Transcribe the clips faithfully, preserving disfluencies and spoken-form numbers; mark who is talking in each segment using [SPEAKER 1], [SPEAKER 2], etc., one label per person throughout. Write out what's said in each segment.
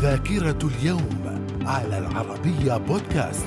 [SPEAKER 1] ذاكرة اليوم على العربية بودكاست.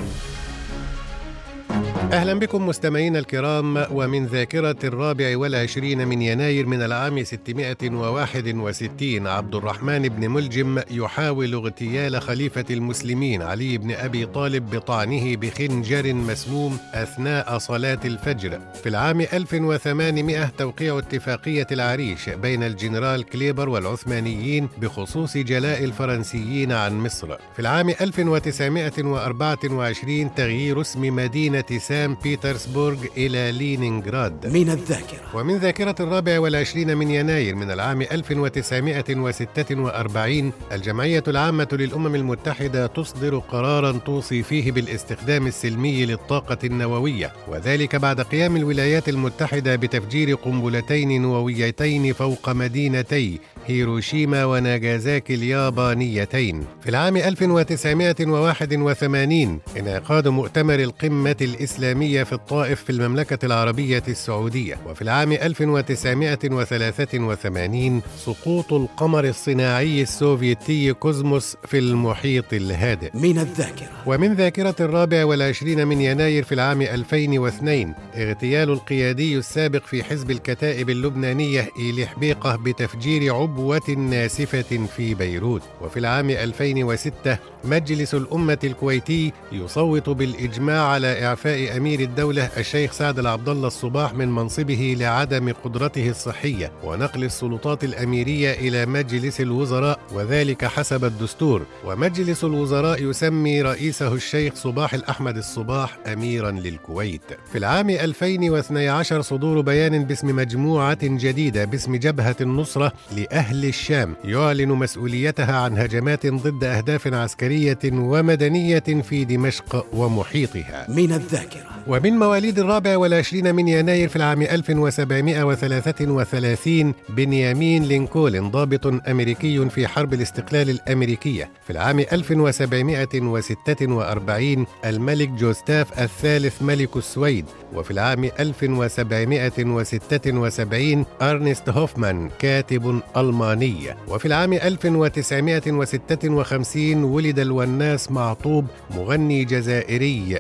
[SPEAKER 2] أهلا بكم مستمعين الكرام، ومن ذاكرة الرابع والعشرين من يناير من العام ستمائة وواحد وستين، عبد الرحمن بن ملجم يحاول اغتيال خليفة المسلمين علي بن أبي طالب بطعنه بخنجر مسموم أثناء صلاة الفجر. في العام ألف وثمانمائة توقيع اتفاقية العريش بين الجنرال كليبر والعثمانيين بخصوص جلاء الفرنسيين عن مصر. في العام ألف وتسعمائة وأربعة وعشرين تغيير اسم مدينة سان بيترسبورغ إلى لينينغراد.
[SPEAKER 3] من الذاكرة.
[SPEAKER 2] ومن ذاكرة الرابع والعشرين من يناير من العام ألف وتسعمائة وستة وأربعين الجمعية العامة للأمم المتحدة تصدر قراراً توصي فيه بالاستخدام السلمي للطاقة النووية، وذلك بعد قيام الولايات المتحدة بتفجير قنبلتين نوويتين فوق مدينتي هيروشيما وناغازاكي اليابانيتين. في العام ألف وتسعمائة وواحد وثمانين انعقاد مؤتمر القمة الإسلامية في الطائف في المملكة العربية السعودية. وفي العام ألف وتسعمائة وثلاثة وثمانين سقوط القمر الصناعي السوفيتي كوزموس في المحيط الهادئ.
[SPEAKER 3] من الذاكرة.
[SPEAKER 2] ومن ذاكرة الرابع والعشرين من يناير في العام ألفين واثنين اغتيال القيادي السابق في حزب الكتائب اللبنانية إيلي حبيقة بتفجير عبوة ناسفة في بيروت. وفي العام ألفين وستة مجلس الأمة الكويتي يصوت بالإجماع على إعفاء أمير الدولة الشيخ سعد العبد الله الصباح من منصبه لعدم قدرته الصحية، ونقل السلطات الأميرية إلى مجلس الوزراء، وذلك حسب الدستور. ومجلس الوزراء يسمي رئيسه الشيخ صباح الأحمد الصباح أميرا للكويت. في العام ألفين واثني عشر صدور بيان باسم مجموعة جديدة باسم جبهة النصرة لأهل الشام يعلن مسؤوليتها عن هجمات ضد أهداف عسكرية ومدنية في دمشق ومحيطها.
[SPEAKER 3] من الذاكرة.
[SPEAKER 2] ومن مواليد الرابع والعشرين من يناير في العام ألف وسبعمائة وثلاثة وثلاثين بنيامين لينكولن، ضابط أمريكي في حرب الاستقلال الأمريكية. في العام ألف وسبعمائة وستة وأربعين الملك جوستاف الثالث ملك السويد. وفي العام ألف وسبعمائة وستة وسبعين أرنست هوفمان كاتب ألماني. وفي العام ألف وتسعمائة وستة وخمسين ولد الوناس معطوب، مغني جزائري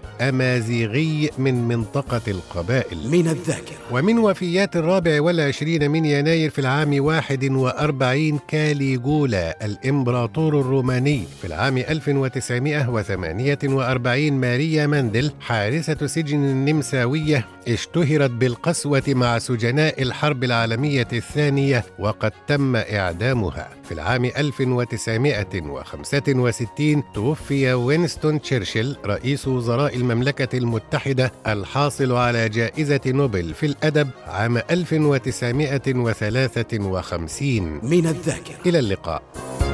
[SPEAKER 2] أمازيغي من منطقة القبائل.
[SPEAKER 3] من الذاكرة.
[SPEAKER 2] ومن وفيات الرابع والعشرين من يناير في العام واحد وأربعين كاليغولا الإمبراطور الروماني. في العام ألف وتسعمائة وثمانية وأربعين ماريا ماندل حارسة سجن النمساوية اشتهرت بالقسوة مع سجناء الحرب العالمية الثانية وقد تم إعدامها. في العام ألف وتسعمائة وخمسة وستين توفي وينستون تشرشل رئيس وزراء المملكة المتحدة الحاصل على جائزة نوبل في الأدب عام ألف وتسعمائة وثلاثة وخمسين.
[SPEAKER 3] من الذاكرة.
[SPEAKER 2] إلى اللقاء.